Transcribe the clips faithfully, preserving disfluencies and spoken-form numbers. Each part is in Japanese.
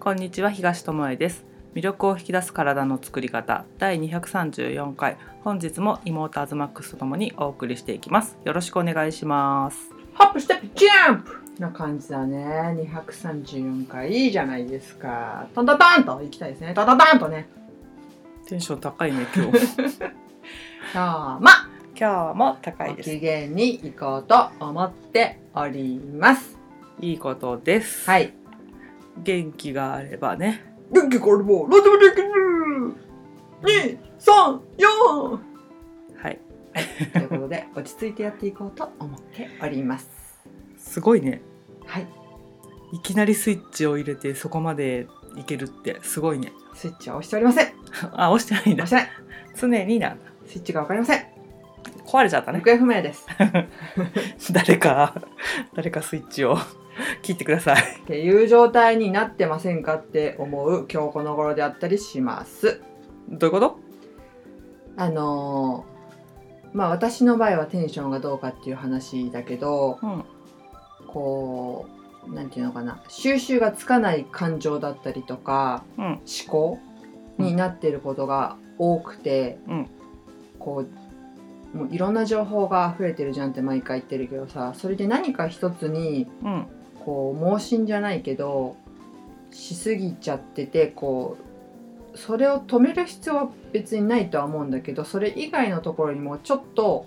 こんにちは、東智恵です。魅力を引き出す体の作り方だいにひゃくさんじゅうよんかい、本日も妹アズマックスとともにお送りしていきます。よろしくお願いします。 ホップステップジャンプな感じだね。にひゃくさんじゅうよんかいいいじゃないですか。トントントンと行きたいですね。トントントンとね。 テンション高いね今日今日も今日も高いです。 ご機嫌に行こうと思っております。 いいことです。 はい。 元気があればね。 元気があれば何でもできる。に、さん、よん。 はい。 はい。ということで落ち着いてやっていこうと思っております。 すごいね。 はい。 いきなりスイッチを入れてそこまでいけるってすごいね。 スイッチは押しておりません。 あ、押してないんだ。 押してない。 常になんだ。 スイッチがわかりません。 壊れちゃったね。 行方不明です。 誰か誰かスイッチを切ってくださいっていう状態になってませんかって思う今日この頃であったりします。 どういうこと？ あのー、まあ私の場合はテンションがどうかっていう話だけど、 うん、 こうなんていうのかな、収集がつかない感情だったりとか、 うん、 思考になっていることが多くて、 うん、 こうもういろんな情報が溢れてるじゃんって毎回言ってるけどさ、それで何か一つに、 うんこう盲信じゃないけどしすぎちゃってて、こうそれを止める必要は別にないとは思うんだけど、それ以外のところにもちょっと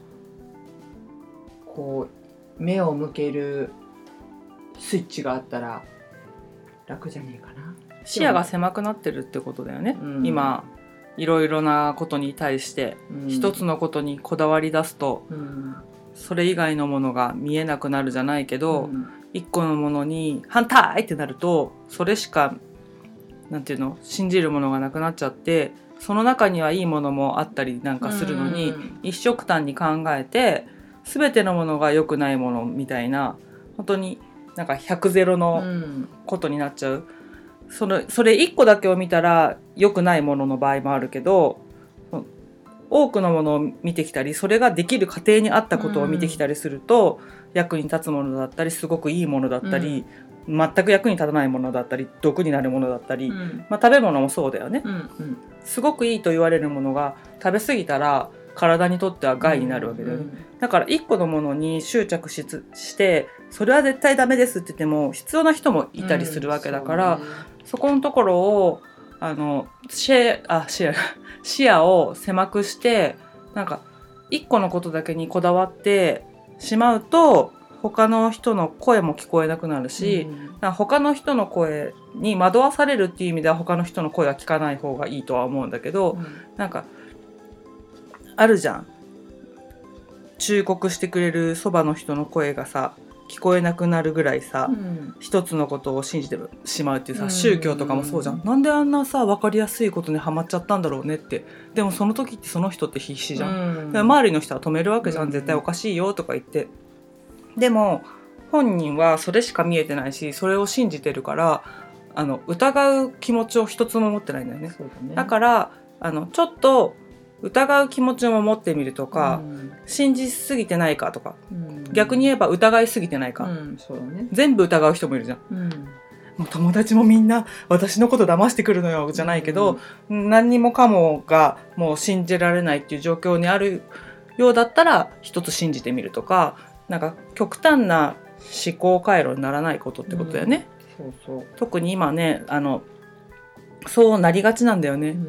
こう目を向けるスイッチがあったら楽じゃねえかな。 視野が狭くなってるってことだよね、うん、今いろいろなことに対して一つのことにこだわり出すと、うん、それ以外のものが見えなくなるじゃないけど、うん一個のものに反対ってなるとそれしかなんていうの信じるものがなくなっちゃって、その中にはいいものもあったりなんかするのに、一緒くたんに考えて全てのものが良くないものみたいな、本当になんかひゃくゼロのことになっちゃう。そのそれいっこだけを見たら良くないものの場合もあるけど、多くのものを見てきたりそれができる過程にあったことを見てきたりすると、うん役に立つものだったりすごくいいものだったり、うん、全く役に立たないものだったり毒になるものだったり、うんまあ、食べ物もそうだよね、うんうん、すごくいいと言われるものが食べ過ぎたら体にとっては害になるわけだよね、うんうん、だから一個のものに執着 し, してそれは絶対ダメですって言っても必要な人もいたりするわけだから、うん そ, ね、そこのところをあのシェあシェ視野を狭くしてなんか一個のことだけにこだわってしまうと他の人の声も聞こえなくなるし、うん、なんか他の人の声に惑わされるっていう意味では他の人の声は聞かない方がいいとは思うんだけど、うん、なんかあるじゃん、忠告してくれるそばの人の声がさ聞こえなくなるぐらいさ、うん、一つのことを信じてしまうっていうさ、うん、宗教とかもそうじゃん、なんであんなさ分かりやすいことにハマっちゃったんだろうねって。でもその時ってその人って必死じゃん、うん、周りの人は止めるわけじゃん、絶対おかしいよとか言って。でも本人はそれしか見えてないしそれを信じてるからあの疑う気持ちを一つも持ってないんだよね。そうだね。だからあのちょっと疑う気持ちも持ってみるとか、うん、信じすぎてないかとか、うん、逆に言えば疑いすぎてないか、うんそうだね、全部疑う人もいるじゃん、うん、もう友達もみんな私のこと騙してくるのよじゃないけど、うん、何にもかもがもう信じられないっていう状況にあるようだったら一つ信じてみるとか、なんか極端な思考回路にならないことってことだよね、うん、そうそう。特に今ねあのそうなりがちなんだよね、うん、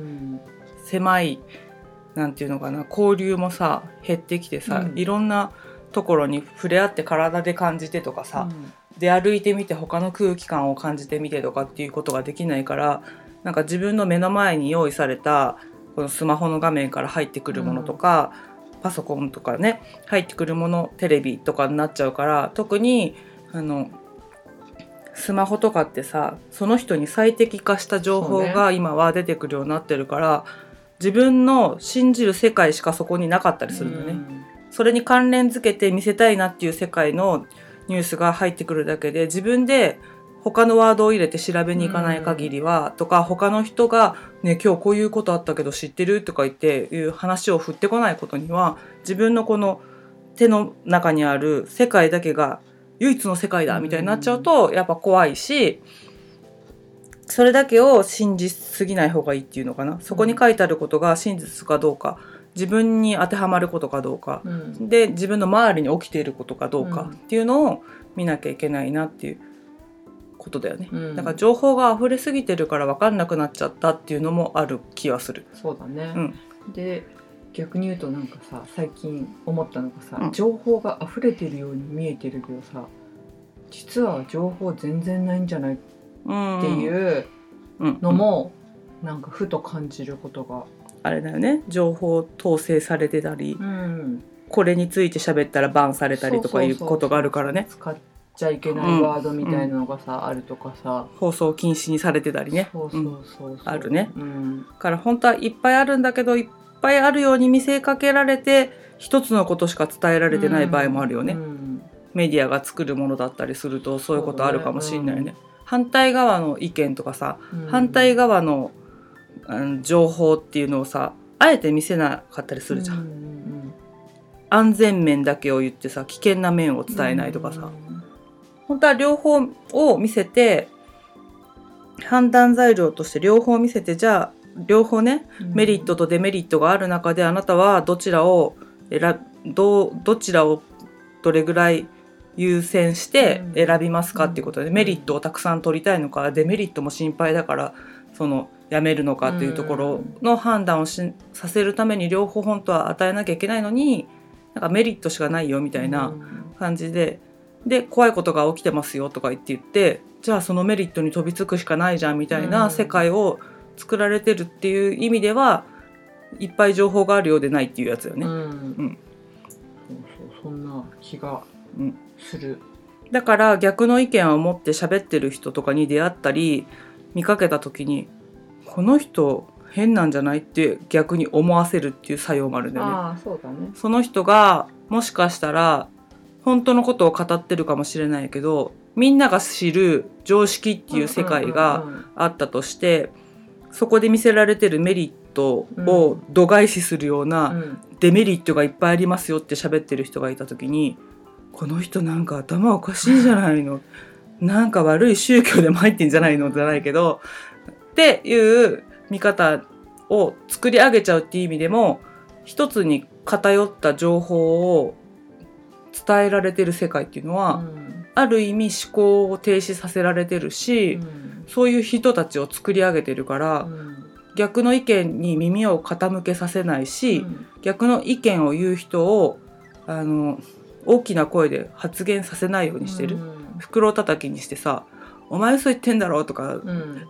狭いなんていうのかな交流もさ減ってきてさ、うん、いろんなところに触れ合って体で感じてとかさ、うん、出歩いてみて他の空気感を感じてみてとかっていうことができないから、なんか自分の目の前に用意されたこのスマホの画面から入ってくるものとか、うん、パソコンとかね入ってくるものテレビとかになっちゃうから、特にあのスマホとかってさその人に最適化した情報が今は出てくるようになってるから、自分の信じる世界しかそこになかったりするのね、うん、それに関連づけて見せたいなっていう世界のニュースが入ってくるだけで、自分で他のワードを入れて調べに行かない限りは、うん、とか他の人がね今日こういうことあったけど知ってるとか言っていう話を振ってこないことには、自分のこの手の中にある世界だけが唯一の世界だみたいになっちゃうとやっぱ怖いし、 それだけを信じすぎない方がいいっていうのかな。そこに書いてあることが真実かどうか、自分に当てはまることかどうか、うん、で自分の周りに起きていることかどうかっていうのを見なきゃいけないなっていうことだよね、うん、だから情報が溢れすぎてるから分かんなくなっちゃったっていうのもある気はする。 そうだね、うん、で逆に言うとなんかさ、最近思ったのがさ、うん、情報が溢れてるように見えてるけどさ、実は情報全然ないんじゃないっていうのもなんかふと感じることがあれだよね。情報統制されてたり、うん、これについて喋ったらバンされたりとかいうことがあるからね。 使っちゃいけないワードみたいなのがさ、うん、あるとかさ、 放送禁止にされてたりね。 そうそうそうそう、 あるね、うん、だから本当はいっぱいあるんだけど、いっぱいあるように見せかけられて一つのことしか伝えられてない場合もあるよね、うんうん、メディアが作るものだったりするとそういうことあるかもしれないね、うん、反対側の意見とかさ、うん、反対側の情報っていうのをさ、あえて見せなかったりするじゃん、うんうんうん、安全面だけを言ってさ、危険な面を伝えないとかさ、うん、本当は両方を見せて、判断材料として両方見せて、じゃあ両方ね、うん、メリットとデメリットがある中で、あなたはどちらを選どどちらをどれぐらい優先して選びますかっていうことで、メリットをたくさん取りたいのか、デメリットも心配だからそのやめるのかっていうところの判断をしさせるために両方本当は与えなきゃいけないのに、なんかメリットしかないよみたいな感じで、で怖いことが起きてますよとか言って言って、じゃあそのメリットに飛びつくしかないじゃんみたいな世界を作られてるっていう意味では、いっぱい情報があるようでないっていうやつよね、うんうん、 そうそう、そんな気がする、 うん、だから逆の意見を持って喋ってる人とかに出会ったり見かけた時に、この人変なんじゃないって逆に思わせるっていう作用もあるんだよね。 ああ、そうだね。 その人がもしかしたら本当のことを語ってるかもしれないけど、みんなが知る常識っていう世界があったとして、うんうんうん、そこで見せられてるメリットを度外視するようなデメリットがいっぱいありますよって喋ってる人がいた時に、この人なんか頭おかしいじゃないのなんか悪い宗教でも入ってんじゃないのじゃないけどっていう見方を作り上げちゃうっていう意味でも、一つに偏った情報を伝えられてる世界っていうのは、うん、ある意味思考を停止させられてるし、うん、そういう人たちを作り上げてるから、うん、逆の意見に耳を傾けさせないし、うん、逆の意見を言う人をあの大きな声で発言させないようにしてる、うん、袋叩きにしてさ、お前そう言ってんだろとか、うん、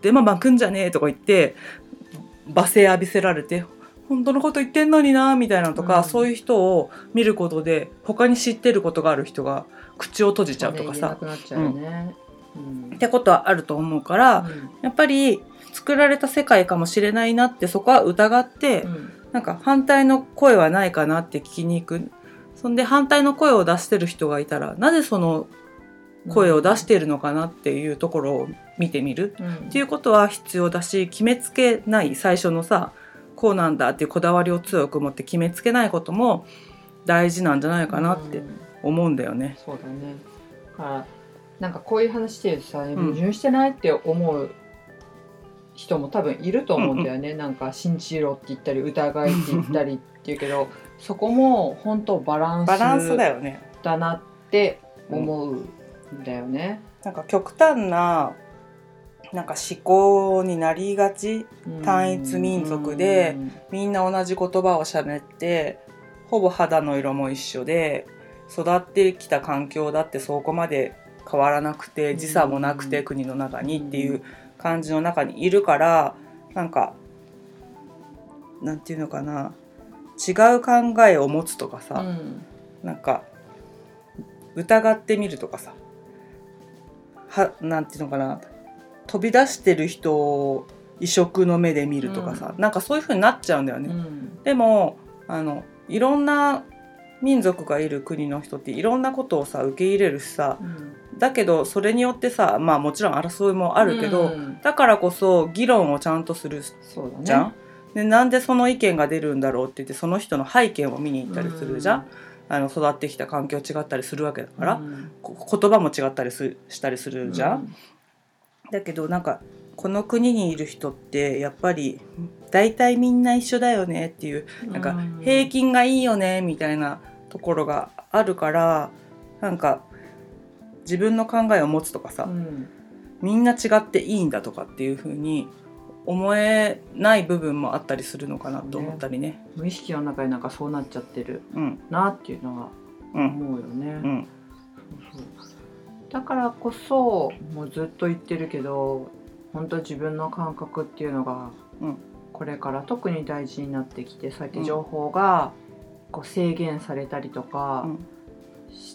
デマ巻くんじゃねえとか言って罵声浴びせられて、本当のこと言ってんのになみたいなとか、うん、そういう人を見ることで他に知ってることがある人が口を閉じちゃうとかさ、ってことはあると思うから、うん、やっぱり作られた世界かもしれないなって、そこは疑って、うん、なんか反対の声はないかなって聞きに行く。そんで反対の声を出してる人がいたら、なぜその声を出しているのかなっていうところを見てみる、うん、っていうことは必要だし、決めつけない、最初のさこうなんだっていうこだわりを強く持って決めつけないことも大事なんじゃないかなって思うんだよね、 うん、そうだね。だからなんかこういう話してるとさ、矛盾してないって思う人も多分いると思うんだよね、うんうん、なんか信じろって言ったり疑いって言ったりっていうけどそこも本当バランスバランスだよねだなって思うんだよね、 うん、なんか極端ななんか思考になりがち、単一民族でみんな同じ言葉をしゃべって、ほぼ肌の色も一緒で、育ってきた環境だってそこまで変わらなくて、時差もなくて国の中にっていう感じの中にいるから、なんかなんていうのかな、違う考えを持つとかさ、なんか疑ってみるとかさ、はなんていうのかな、飛び出してる人を異色の目で見るとかさ、うん、なんかそういう風になっちゃうんだよね、うん、でもあのいろんな民族がいる国の人っていろんなことをさ受け入れるしさ、うん、だけどそれによってさ、まあもちろん争いもあるけど、うん、だからこそ議論をちゃんとするじゃん、ね、でなんでその意見が出るんだろうって言ってその人の背景を見に行ったりするじゃん、うん、あの育ってきた環境違ったりするわけだから、うん、言葉も違ったりすしたりするじゃん、うん、だけどなんかこの国にいる人ってやっぱり大体みんな一緒だよねっていうなんか平均がいいよねみたいなところがあるから、なんか自分の考えを持つとかさ、うん、みんな違っていいんだとかっていう風に思えない部分もあったりするのかなと思ったりね。 無意識の中でなんかそうなっちゃってるなっていうのは思うよね、うんうん、そうそうだからこそもうずっと言ってるけど、本当自分の感覚っていうのがこれから特に大事になってきて、そうやって情報がこう制限されたりとかして、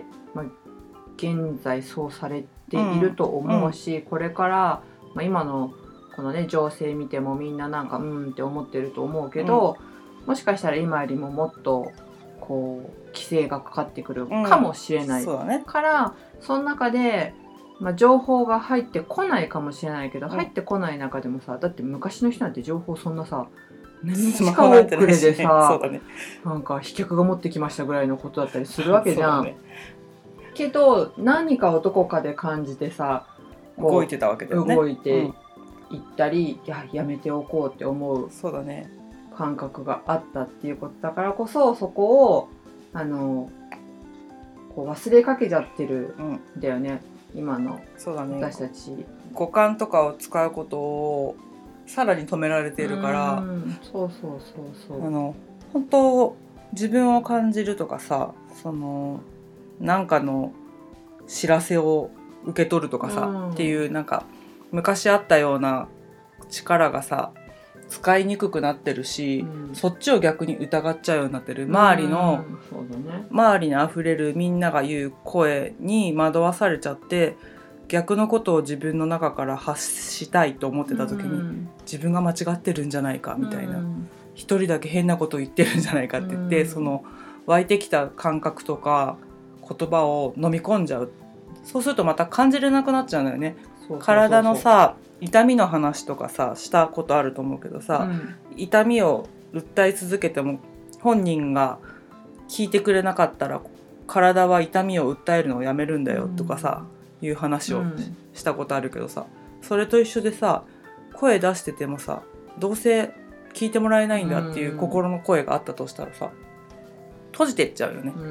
まあ、現在そうされていると思うし、これからまあ今のこのね情勢見てもみんななんかうんって思ってると思うけど、もしかしたら今よりももっとこう規制がかかってくるかもしれない、うん、そうだね、からその中で、まあ、情報が入ってこないかもしれないけど、うん、入ってこない中でもさ、だって昔の人なんて情報そんなさ何日か遅れでさ、そうだね、なんか飛脚が持ってきましたぐらいのことだったりするわけじゃん、ね、けど何かをどこかで感じてさ動いてたわけだよね。 動いていったり、うん、いややめておこうって思う感覚があったっていうことだからこそ、そこをあのこう忘れかけちゃってるんだよね、うん、今の私たち、ね、 五感とかを使うことをさらに止められているから、 うん、そうそうそうそう、 あの本当自分を感じるとかさ、そのなんかの知らせを受け取るとかさ、うん、っていうなんか昔あったような力がさ使いにくくなってるし、うん、そっちを逆に疑っちゃうようになってる。周りの、うんそうだね、周りにあふれるみんなが言う声に惑わされちゃって、逆のことを自分の中から発したいと思ってた時に、うん、自分が間違ってるんじゃないかみたいな、うん、一人だけ変なことを言ってるんじゃないかって言って、うん、その湧いてきた感覚とか言葉を飲み込んじゃう。そうするとまた感じれなくなっちゃうんだよね。そうそうそうそう、体のさ痛みの話とかさしたことあると思うけどさ、うん、痛みを訴え続けても本人が聞いてくれなかったら体は痛みを訴えるのをやめるんだよとかさ、うん、いう話をしたことあるけどさ、それと一緒でさ、声出しててもさどうせ聞いてもらえないんだっていう心の声があったとしたらさ閉じてっちゃうよね、うん、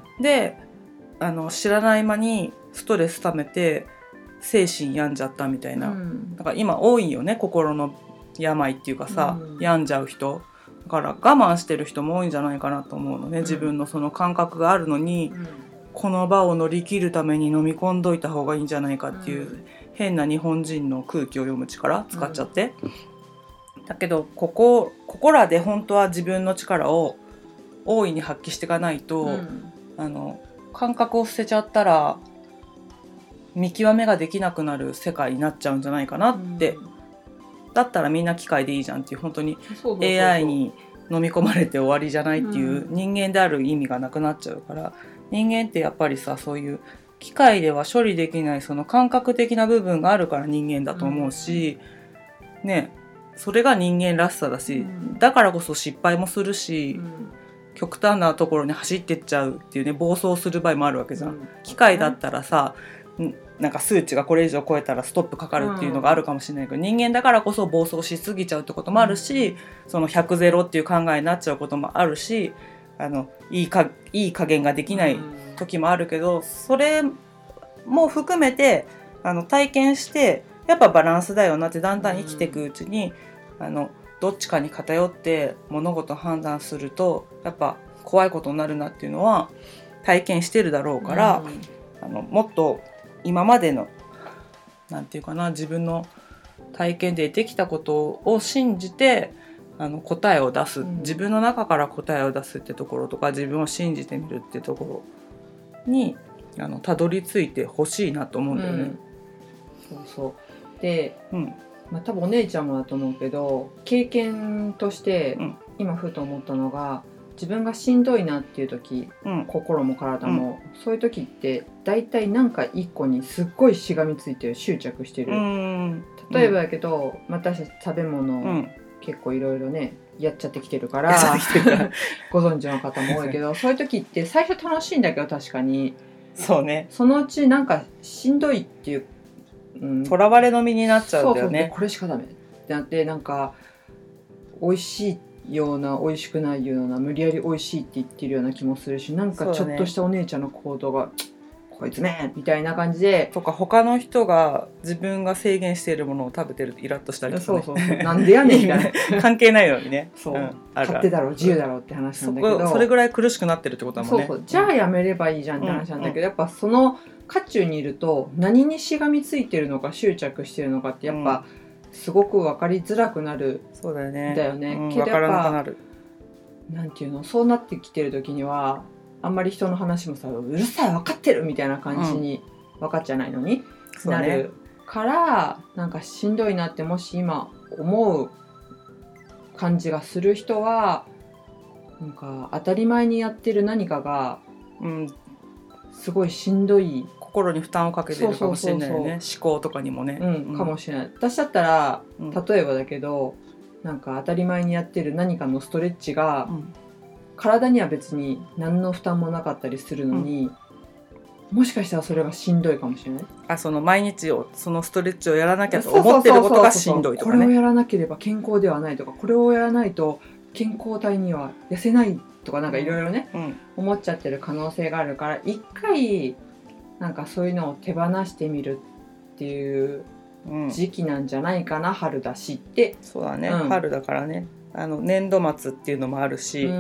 であの知らない間にストレス溜めて精神病んじゃったみたいな、うん、だから今多いよね、心の病っていうかさ、うん、病んじゃう人だから我慢してる人も多いんじゃないかなと思うのね、うん、自分のその感覚があるのに、うん、この場を乗り切るために飲み込んどいた方がいいんじゃないかっていう、うん、変な日本人の空気を読む力使っちゃって、うん、だけどここここらで本当は自分の力を大いに発揮していかないと、うん、あの感覚を捨てちゃったら見極めができなくなる世界になっちゃうんじゃないかなって、うん、だったらみんな機械でいいじゃんっていう、本当に エーアイ に飲み込まれて終わりじゃないっていう人間である意味がなくなっちゃうから、人間ってやっぱりさそういう機械では処理できないその感覚的な部分があるから人間だと思うし、うん、ね、それが人間らしさだし、うん、だからこそ失敗もするし、うん、極端なところに走ってっちゃうっていうね、暴走する場合もあるわけじゃん、うん、機械だったらさなんか数値がこれ以上超えたらストップかかるっていうのがあるかもしれないけど、うん、人間だからこそ暴走しすぎちゃうってこともあるし、うん、そのひゃくゼロっていう考えになっちゃうこともあるし、あのいいか、いい加減ができない時もあるけど、それも含めてあの体験してやっぱバランスだよなってだんだん生きていくうちに、うん、あのどっちかに偏って物事を判断するとやっぱ怖いことになるなっていうのは体験してるだろうから、うん、あのもっと今までのなんていうかな、自分の体験でできたことを信じてあの答えを出す、うん、自分の中から答えを出すってところとか、自分を信じてみるってところにあのたどり着いてほしいなと思うんだよね、 うん、そうそうで、うんまあ、多分お姉ちゃんもだと思うけど、経験として、うん、今ふと思ったのが、自分がしんどいなっていう時、うん、心も体も、うん、そういう時って大体なんか一個にすっごいしがみついて執着してる、うん、例えばだけど、うん、私たち食べ物、うん、結構いろいろねやっちゃってきてるからご存知の方も多いけどそういう時って最初楽しいんだけど、確かにそうね、 そのうちなんかしんどいっていうとらわれの身になっちゃうんだよね。 そうそう、これしかダメってなって、なんか美味しいような美味しくないような無理やり美味しいって言ってるような気もするし、なんかちょっとしたお姉ちゃんの行動が、こいつねみたいな感じでとか、他の人が自分が制限しているものを食べてるとイラッとしたりとか、ね、 そうそうなんでやねんみたいな関係ないのにね、 そう、うん、勝手だろう自由だろうって話なんだけど、 そこそれぐらい苦しくなってるってことだもんね。 そうそう、じゃあやめればいいじゃんって話なんだけど、うん、やっぱその渦中にいると何にしがみついてるのか執着してるのかってやっぱすごく分かりづらくなる、 そうだよね。 だよね、 うん、 けどやっぱ分からなくなる。 なんていうの、そうなってきてる時にはあんまり人の話もさ、うるさい分かってるみたいな感じに、うん、分かっちゃないのになるから、なんかしんどいなってもし今思う感じがする人は、なんか当たり前にやってる何かが、うん、すごいしんどい、 心に負担をかけてるかもしれないよね。思考とかにもね、 うんうん、かもしれない。私だったら、うん、例えばだけど、なんか当たり前にやってる何かのストレッチが、うん、体には別に何の負担もなかったりするのに、うん、もしかしたらそれがしんどいかもしれない。 あ、その毎日をそのストレッチをやらなきゃと思ってることがしんどいとかね。 これをやらなければ健康ではないとか、これをやらないと健康体には痩せないとか、なんかいろいろね、うん、思っちゃってる可能性があるから、一回なんかそういうのを手放してみるっていう時期なんじゃないかな、うん、春だしって。 そうだね、うん、春だからね、あの年度末っていうのもあるし、うん、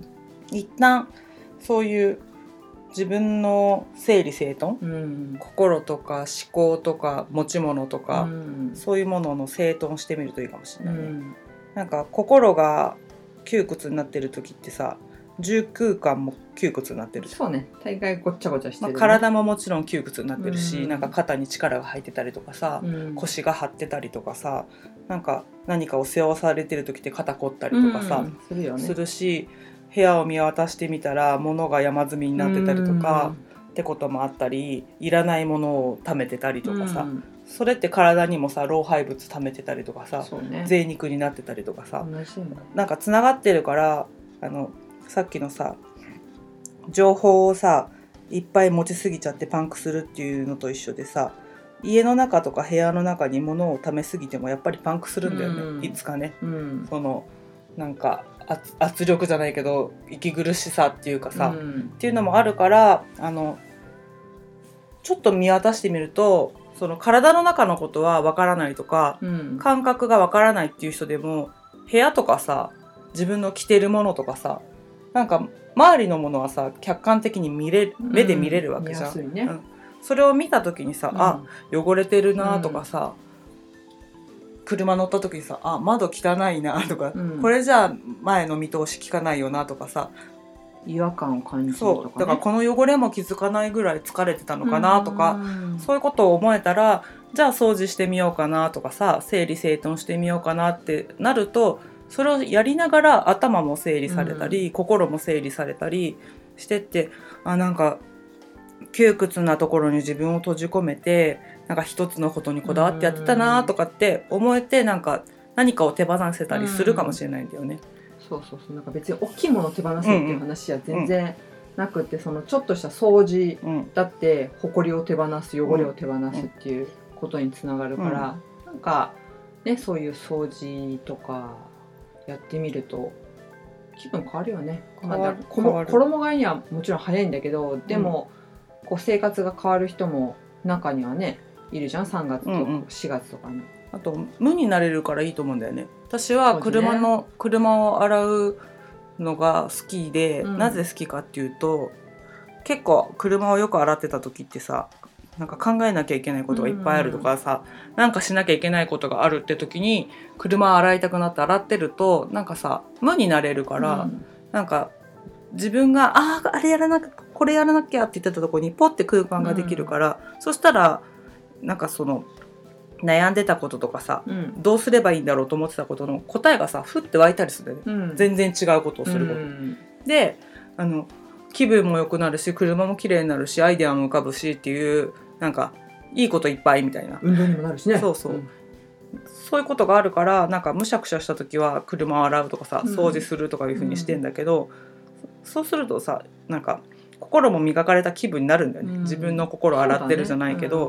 一旦そういう自分の整理整頓、うん、心とか思考とか持ち物とか、うん、そういうものの整頓してみるといいかもしれないね、うん、なんか心が窮屈になってる時ってさ、重空間も窮屈になってるじゃん。 そうね、大概ごっちゃごちゃしてる、ね、 まあ、体ももちろん窮屈になってるし、うん、なんか肩に力が入ってたりとかさ、うん、腰が張ってたりとかさ、なんか何かを背負わされてる時って肩凝ったりとかさ、うん、 するよね、 するし、部屋を見渡してみたら物が山積みになってたりとか、うん、ってこともあったり、いらないものを貯めてたりとかさ、うん、それって体にもさ老廃物貯めてたりとかさ、ね、贅肉になってたりとかさ、なんかつながってるから、あのさっきのさ情報をさいっぱい持ちすぎちゃってパンクするっていうのと一緒でさ、家の中とか部屋の中に物を貯めすぎてもやっぱりパンクするんだよね、うん、いつかね、うん、そのなんか圧力じゃないけど息苦しさっていうかさ、うん、っていうのもあるから、あのちょっと見渡してみると、その体の中のことはわからないとか、うん、感覚がわからないっていう人でも、部屋とかさ自分の着てるものとかさ、なんか周りのものはさ客観的に見れる、目で見れるわけじゃん、うん、見やすいね、うん、それを見た時にさ、うん、あ汚れてるなとかさ、うん、車乗った時にさ、あ窓汚いなとか、うん、これじゃあ前の見通し効かないよなとかさ、 違和感を感じるとか、ね、 そうだからこの汚れも気づかないぐらい疲れてたのかなとか、うん、そういうことを思えたら、じゃあ掃除してみようかなとかさ、整理整頓してみようかなってなると、それをやりながら頭も整理されたり、うん、心も整理されたりしてって、あなんか窮屈なところに自分を閉じ込めて、なんか一つのことにこだわってやってたなとかって思えて、なんか何かを手放せたりするかもしれないんだよね、 うん、そうそうそう、なんか別に大きいものを手放すっていう話は全然なくて、うん、そのちょっとした掃除だって埃を手放す、汚れを手放すっていうことにつながるから、うん、なんかね、そういう掃除とかやってみると気分変わるよね。変わる、変わる。衣替えにはもちろん早いんだけど、でも、うん、こう生活が変わる人も中にはねいるじゃん、さんがつとかしがつとかに、うんうん、 あと無になれるからいいと思うんだよね。私は車の、ね、車を洗うのが好きで、うん、なぜ好きかっていうと、結構車をよく洗ってた時ってさ、なんか考えなきゃいけないことがいっぱいあるとかさ、うん、なんかしなきゃいけないことがあるって時に車洗いたくなって洗ってると、なんかさ無になれるから、うん、なんか自分があああれやらなきゃこれやらなきゃって言ってたところにポッて空間ができるから、うん、そしたらなんかその悩んでたこととかさ、うん、どうすればいいんだろうと思ってたことの答えがさふって湧いたりするんだよね、うん、全然違うことをすること、うん、であの気分も良くなるし、車も綺麗になるし、アイデアも浮かぶしっていう、なんかいいこといっぱいみたいな、 運動にもなるしね、 そうそう、うん、そういうことがあるから、なんかむしゃくしゃした時は車を洗うとかさ、掃除するとかいう風にしてんだけど、うん、そうするとさ、なんか心も磨かれた気分になるんだよね、うん、自分の心を洗ってるじゃないけど、ね、うん、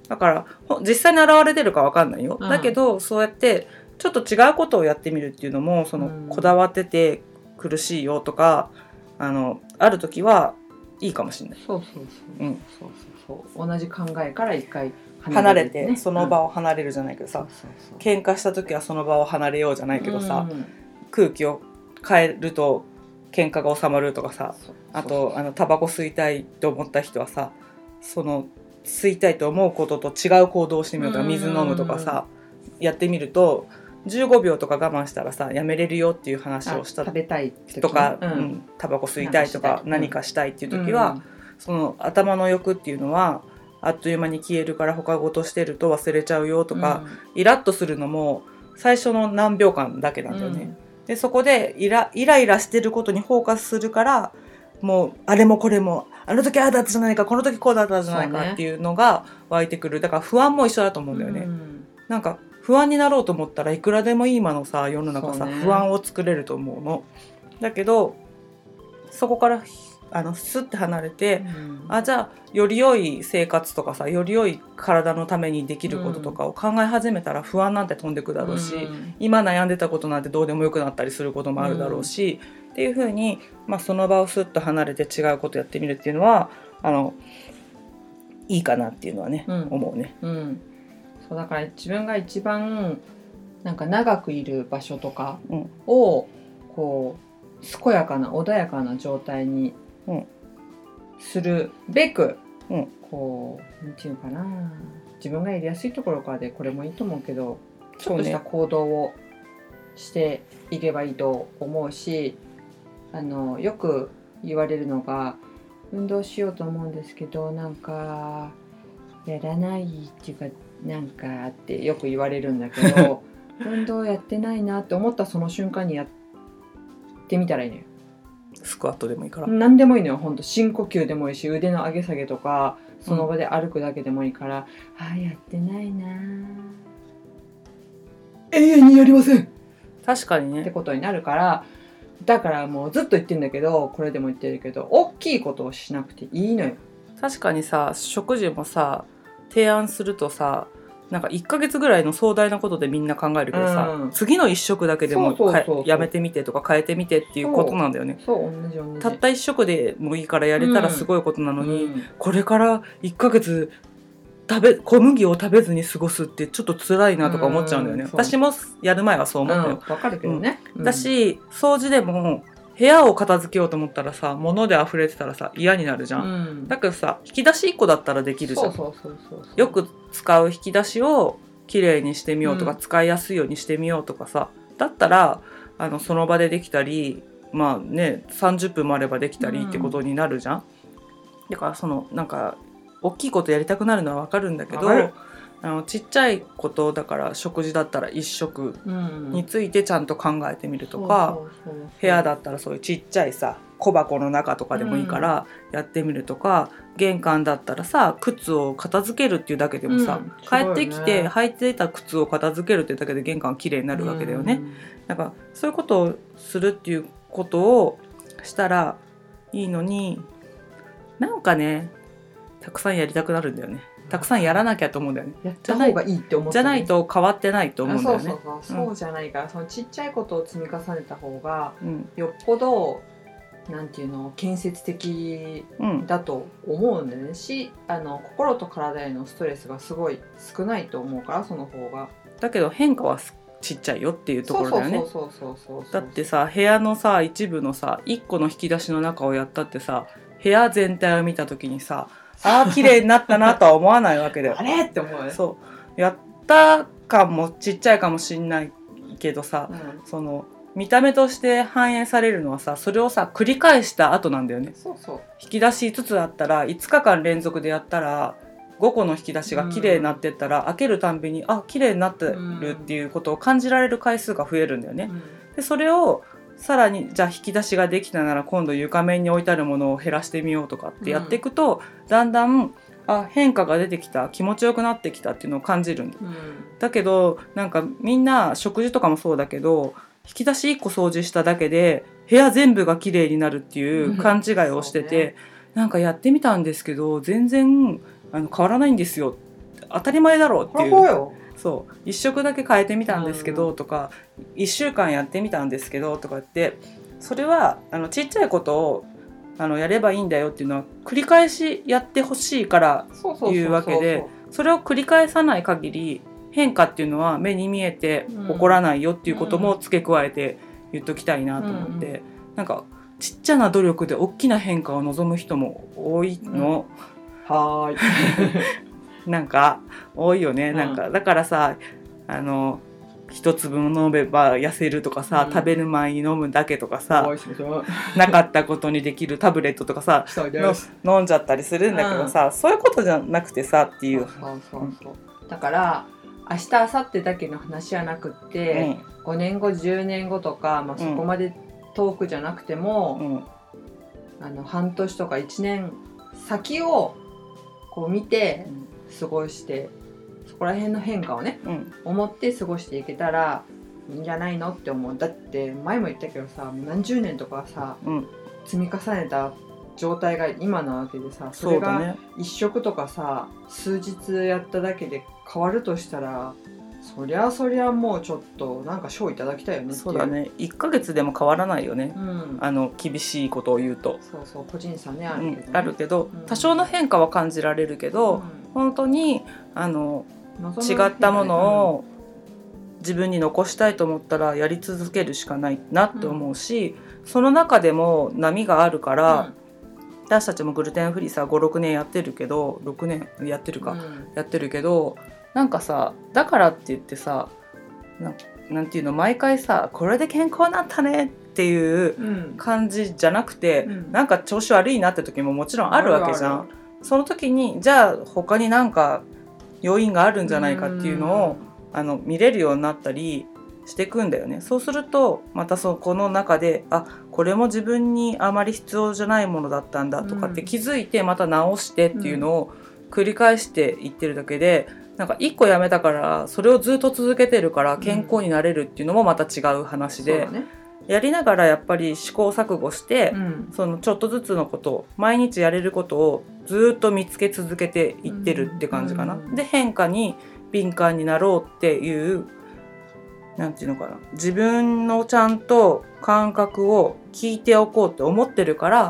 だから実際に現れてるか分かんないよ、うん、だけどそうやってちょっと違うことをやってみるっていうのもその、うん、こだわってて苦しいよとかあのある時はいいかもしれない。 そうそうそう、うん、そうそうそう同じ考えから一回離れて、ね、その場を離れるじゃないけどさ、うん、そうそうそう喧嘩した時はその場を離れようじゃないけどさ、うん、空気を変えると喧嘩が収まるとかさ、あとあのタバコ吸いたいと思った人はさその吸いたいと思うことと違う行動をしてみようとか水飲むとかさやってみるとじゅうごびょうとか我慢したらさやめれるよっていう話をした食べたいとか、うんうん、タバコ吸いたいとか何かしたいっていう時は、うん、その頭の欲っていうのはあっという間に消えるから他ごとしてると忘れちゃうよとか、うん、イラッとするのも最初の何秒間だけなんだよね、うん、でそこでイラ、イライラしてることにフォーカスするからもうあれもこれもあの時ああだったじゃないかこの時こうだったじゃないかっていうのが湧いてくる。だから不安も一緒だと思うんだよね、うん、なんか不安になろうと思ったらいくらでも今のさ世の中さ、ね、不安を作れると思うのだけどそこからあのスッて離れて、うん、あじゃあより良い生活とかさより良い体のためにできることとかを考え始めたら不安なんて飛んでくだろうし、うん、今悩んでたことなんてどうでもよくなったりすることもあるだろうし、うん、っていう風に、まあ、その場をスッと離れて違うことやってみるっていうのはあのいいかなっていうのはね、うん、思うね、 うん、そうだから自分が一番なんか長くいる場所とかをこう健やかな穏やかな状態にするべく、うん、こうなんていうかな自分がやりやすいところからでこれもいいと思うけどちょっとした行動をしていけばいいと思うし、あのよく言われるのが運動しようと思うんですけどなんかやらないっていうかなんかってよく言われるんだけど運動やってないなって思ったその瞬間にやってみたらいいのよ。 スクワットでもいいから何でもいいのよ。ほんと深呼吸でもいいし腕の上げ下げとかその場で歩くだけでもいいから、うん、あやってないな永遠にやりません確かにねってことになるからだからもうずっと言ってんだけどこれでも言ってるけど大きいことをしなくていいのよ。 確かにさ食事もさ提案するとさなんかいっかげつぐらいの壮大なことでみんな考えるけどさ、うん、次のいっ食だけでもやめてみてとか変えてみてっていうことなんだよね。 そう、同じ同じ。 たったいっ食でもいいからやれたらすごいことなのに、うん、これからいっかげつ食べ小麦を食べずに過ごすってちょっと辛いなとか思っちゃうんだよね、うん、私もやる前はそう思ったよ、 うん、わかるけどね、 うん、だし掃除でも部屋を片付けようと思ったらさ物で溢れてたらさ嫌になるじゃん、うん、だけどさ引き出しいっこだったらできるじゃん。 そうそうそうそうよく使う引き出しをきれいにしてみようとか、うん、使いやすいようにしてみようとかさだったらあのその場でできたりまあねさんじゅっぷんもあればできたりってことになるじゃん、うん、だからそのなんか大きいことやりたくなるのは分かるんだけどあのちっちゃいことだから食事だったら一食についてちゃんと考えてみるとか、部屋だったらそういうちっちゃいさ小箱の中とかでもいいからやってみるとか、うん、玄関だったらさ靴を片付けるっていうだけでもさ、うん、帰ってきて履いてた靴を片付けるっていうだけで玄関きれいになるわけだよね、うん、なんかそういうことをするっていうことをしたらいいのになんかねたくさんやりたくなるんだよね。たくさんやらなきゃと思うんだよね。 やった方がいいって思って、ね、 じゃないと変わってないと思うんだよね。 そうそうそう、うん、そうじゃないからそのちっちゃいことを積み重ねた方が、うん、よっぽどなんていうの建設的だと思うんだよね、うん、しあの心と体へのストレスがすごい少ないと思うからその方が。 だけど変化はちっちゃいよっていうところだよね。だってさ部屋のさ一部のさいっこの引き出しの中をやったってさ部屋全体を見た時にさあー綺麗になったなとは思わないわけだよあれって思うね。 そうやった感もちっちゃいかもしんないけどさ、うん、その見た目として反映されるのはさそれをさ繰り返した後なんだよね。 そうそう引き出しいつつあったらいつかかん連続でやったらごこの引き出しが綺麗になってったら、うん、開けるたんびにあ綺麗になってるっていうことを感じられる回数が増えるんだよね、うん、でそれをさらにじゃあ引き出しができたなら今度床面に置いてあるものを減らしてみようとかってやっていくと、うん、だんだんあ変化が出てきた気持ちよくなってきたっていうのを感じるんだ、うん、だけどなんかみんな食事とかもそうだけど引き出しいっこ掃除しただけで部屋全部が綺麗になるっていう勘違いをしてて、うんね、なんかやってみたんですけど全然あの変わらないんですよ当たり前だろうっていう。 そうよ。 そう一食だけ変えてみたんですけどとか、いっしゅうかんやってみたんですけどとかって、それはあのちっちゃいことをあのやればいいんだよっていうのは繰り返しやってほしいからいうわけで、それを繰り返さない限り変化っていうのは目に見えて起こらないよっていうことも付け加えて言っときたいなと思って、うんうん、なんかちっちゃな努力で大きな変化を望む人も多いの、 うん、はーいなんか多いよね、うん、なんかだからさ、あの一粒飲めば痩せるとかさ、うん、食べる前に飲むだけとかさ、なかったことにできるタブレットとかさ飲んじゃったりするんだけどさ、うん、そういうことじゃなくてさっていう。 そうそうそう、うん、だから明日明後日だけの話じゃなくって、うん、ごねんごじゅうねんごとか、まあ、そこまで遠くじゃなくても、うん、あの半年とかいちねん先をこう見て過ごして、そこら辺の変化をね、うん、思って過ごしていけたらいいんじゃないのって思う。だって前も言ったけどさ、何十年とかさ、うん、積み重ねた状態が今なわけでさ、それが一食とかさ数日やっただけで変わるとしたら、そりゃそりゃもうちょっとなんか賞いただきたいよねっていう。 そうだね、いっかげつでも変わらないよね、うん、あの厳しいことを言うと。 そうそう、個人差ねあるけど、ね、 うん、あるけど、多少の変化は感じられるけど、うん、本当にあの違ったものを自分に残したいと思ったらやり続けるしかないなって思うし、うん、その中でも波があるから、うん、私たちもグルテンフリーさごろくねんやってるけど、ろくねんやってるか、うん、やってるけど、なんかさ、だからって言ってさ、な、なんていうの、毎回さこれで健康になったねっていう感じじゃなくて、うん、なんか調子悪いなって時ももちろんあるわけじゃん。あるある。その時にじゃあ他になんか要因があるんじゃないかっていうのを、うん、あの見れるようになったりしていくんだよね。そうするとまたそこの中で、あ、これも自分にあまり必要じゃないものだったんだとかって気づいて、また直してっていうのを繰り返していってるだけで、なんか一個やめたからそれをずっと続けてるから健康になれるっていうのもまた違う話で、うん、ね、やりながらやっぱり試行錯誤して、うん、そのちょっとずつのことを毎日やれることをずっと見つけ続けていってるって感じかな、うん、で変化に敏感になろうっていう、なんていうのかな、自分のちゃんと感覚を聞いておこうって思ってるから、うん、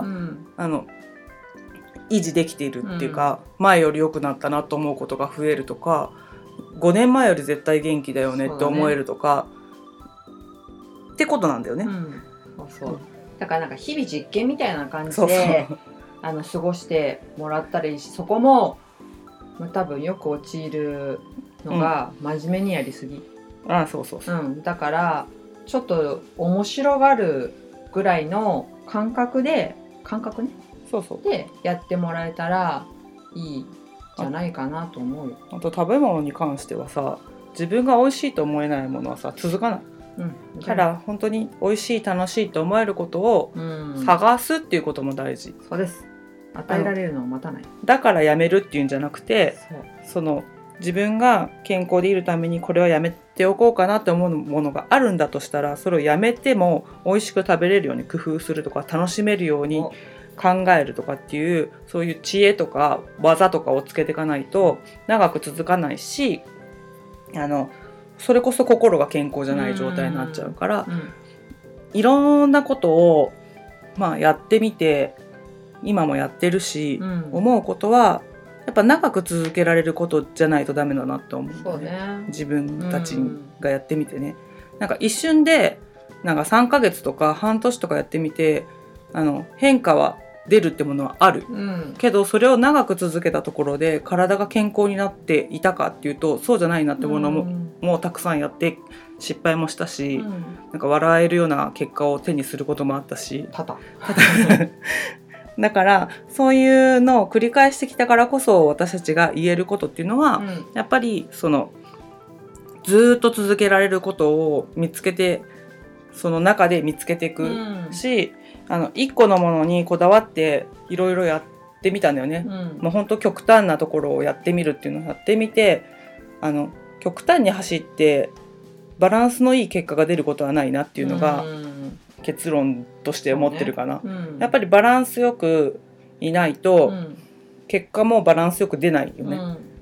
あの維持できているっていうか、うん、前より良くなったなと思うことが増えるとか、ごねんまえより絶対元気だよねって思えるとか、ね、ってことなんだよね、うん、 そうそう、だからなんか日々実験みたいな感じでそうそうあの過ごしてもらったらいいし、そこも、まあ、多分よく陥るのが真面目にやりすぎ、 うん、ああそうそうそう、 うん、だからちょっと面白がるぐらいの感覚で感覚ねそうそうでやってもらえたらいいじゃないかなと思うよ。 あと食べ物に関してはさ、自分が美味しいと思えないものはさ続かない、うん、から本当に美味しい楽しいと思えることを探すっていうことも大事、 うん、そうです。与えられるのを待たない。 だからやめるっていうんじゃなくて、そ, その自分が健康でいるためにこれはやめておこうかなって思うものがあるんだとしたら、それをやめても美味しく食べれるように工夫するとか、楽しめるように考えるとかっていう、そういう知恵とか技とかをつけていかないと長く続かないし、あのそれこそ心が健康じゃない状態になっちゃうから、うんうん、いろんなことを、まあ、やってみて今もやってるし、うん、思うことはやっぱ長く続けられることじゃないとダメだなって思うんだよね。そうね、自分たちがやってみてね、うん、なんか一瞬でなんかさんかげつとか半年とかやってみてあの変化は出るってものはある、うん、けどそれを長く続けたところで体が健康になっていたかっていうとそうじゃないなってものも、うん、もうたくさんやって失敗もしたし、うん、なんか笑えるような結果を手にすることもあったしただだからそういうのを繰り返してきたからこそ私たちが言えることっていうのは、うん、やっぱりそのずっと続けられることを見つけてその中で見つけていくし、うん、あの一個のものにこだわっていろいろやってみたんだよね、うん、もう本当極端なところをやってみるっていうのをやってみて、あの極端に走ってバランスのいい結果が出ることはないなっていうのが、うん結論として思ってるかな、ねうん、やっぱりバランスよくいないと、うん、結果もバランスよく出ないよね、うん、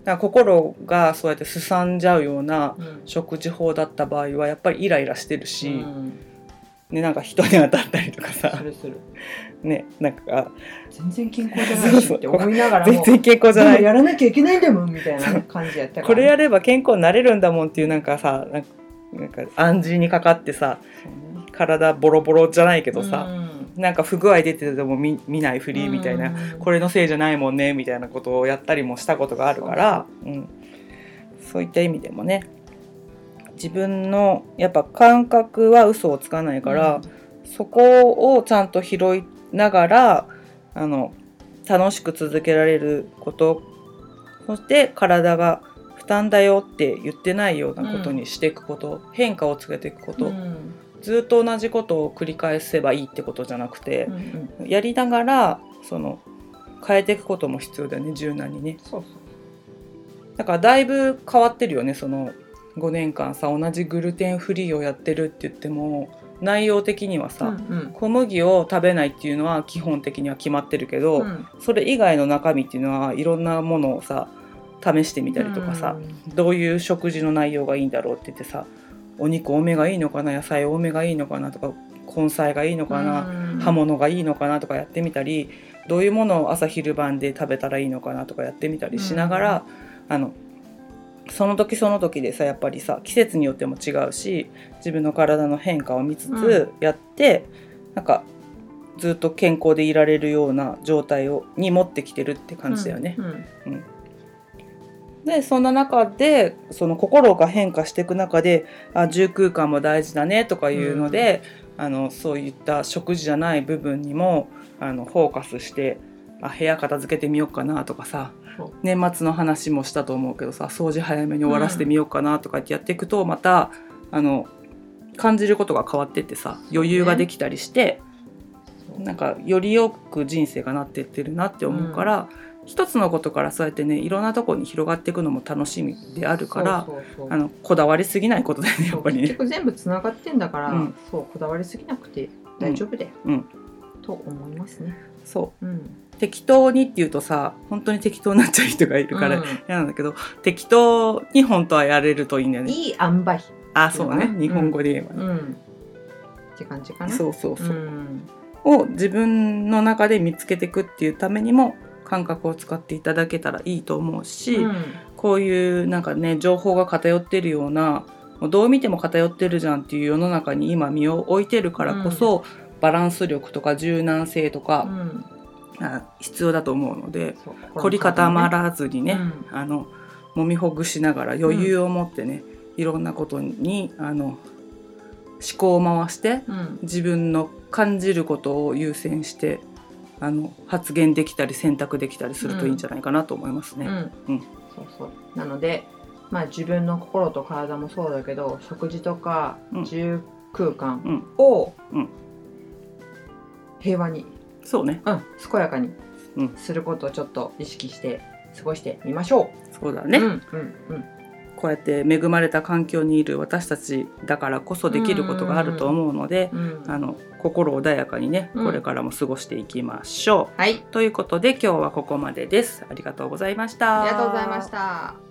から心がそうやってすさんじゃうような食事法だった場合はやっぱりイライラしてるし、うん、ね、なんか人に当たったりとかさ、 するするね、なんか全然健康じゃないしって思いながらも全然健康じゃない、 でもやらなきゃいけないんだもんみたいな感じやったから、ね、 これやれば健康になれるんだもんっていうなんかさ、なんかなんか暗示にかかってさ、ね、体ボロボロじゃないけどさ、うん、なんか不具合出てても 見, 見ないふりみたいな、うん、これのせいじゃないもんねみたいなことをやったりもしたことがあるから、そう、うん、そういった意味でもね、自分のやっぱ感覚は嘘をつかないから、うん、そこをちゃんと拾いながらあの楽しく続けられること、そして体が負担だよって言ってないようなことにしていくこと、うん、変化をつけていくこと、うん、ずっと同じことを繰り返せばいいってことじゃなくて、うんうん、やりながらその変えていくことも必要だよね、柔軟にね。 そうそう、 だからだいぶ変わってるよね、そのごねんかんさ同じグルテンフリーをやってるって言っても内容的にはさ、うんうん、小麦を食べないっていうのは基本的には決まってるけど、うん、それ以外の中身っていうのはいろんなものをさ試してみたりとかさ、うん、どういう食事の内容がいいんだろうって言ってさ、お肉多めがいいのかな、野菜多めがいいのかなとか、根菜がいいのかな、うん、葉物がいいのかなとかやってみたり、どういうものを朝昼晩で食べたらいいのかなとかやってみたりしながら、うん、あのその時その時でさ、やっぱりさ季節によっても違うし、自分の体の変化を見つつやって、うん、なんかずっと健康でいられるような状態をに持ってきてるって感じだよね、うんうんうん、でそんな中でその心が変化していく中で、あ、住空間も大事だねとかいうので、うん、あのそういった食事じゃない部分にもあのフォーカスして、あ、部屋片付けてみようかなとかさ、年末の話もしたと思うけどさ、掃除早めに終わらせてみようかなとかってやっていくと、またあの感じることが変わってってさ、余裕ができたりして、なんかよりよく人生がなってってるなって思うから、うん、一つのことからそうやってね、いろんなとこに広がっていくのも楽しみであるから、そうそうそう、あのこだわりすぎないことだよね、やっぱりね。 結局全部つながってんだから、うん、そうこだわりすぎなくて大丈夫だよ、うんうん、と思いますね。 そう、うん、適当にっていうとさ、本当に適当になっちゃう人がいるから嫌なんだけど、うん、適当に本当はやれるといいんだよね。 いい塩梅。 あ、そうね、日本語で言えばね、うんうん、 って感じかな。 そうそうそう、うん、を自分の中で見つけていくっていうためにも感覚を使っていただけたらいいと思うし、うん、こういうなんかね、情報が偏ってるような、どう見ても偏ってるじゃんっていう世の中に今身を置いてるからこそ、うん、バランス力とか柔軟性とか、うん、必要だと思うので、凝り固まらずにね、うん、あの揉みほぐしながら余裕を持ってね、うん、いろんなことにあの思考を回して、うん、自分の感じることを優先してあの発言できたり選択できたりするといいんじゃないかなと思いますね、うんうんうん、 そうそうなので、まあ、自分の心と体もそうだけど、食事とか住空間を平和に、 そうね、 うん、健やかにすることをちょっと意識して過ごしてみましょう。そうだね、うんうんうん、こうやって恵まれた環境にいる私たちだからこそできることがあると思うので、うんうん、あの心穏やかにね、これからも過ごしていきましょう、うん、はい、ということで今日はここまでです。ありがとうございました。 ありがとうございました。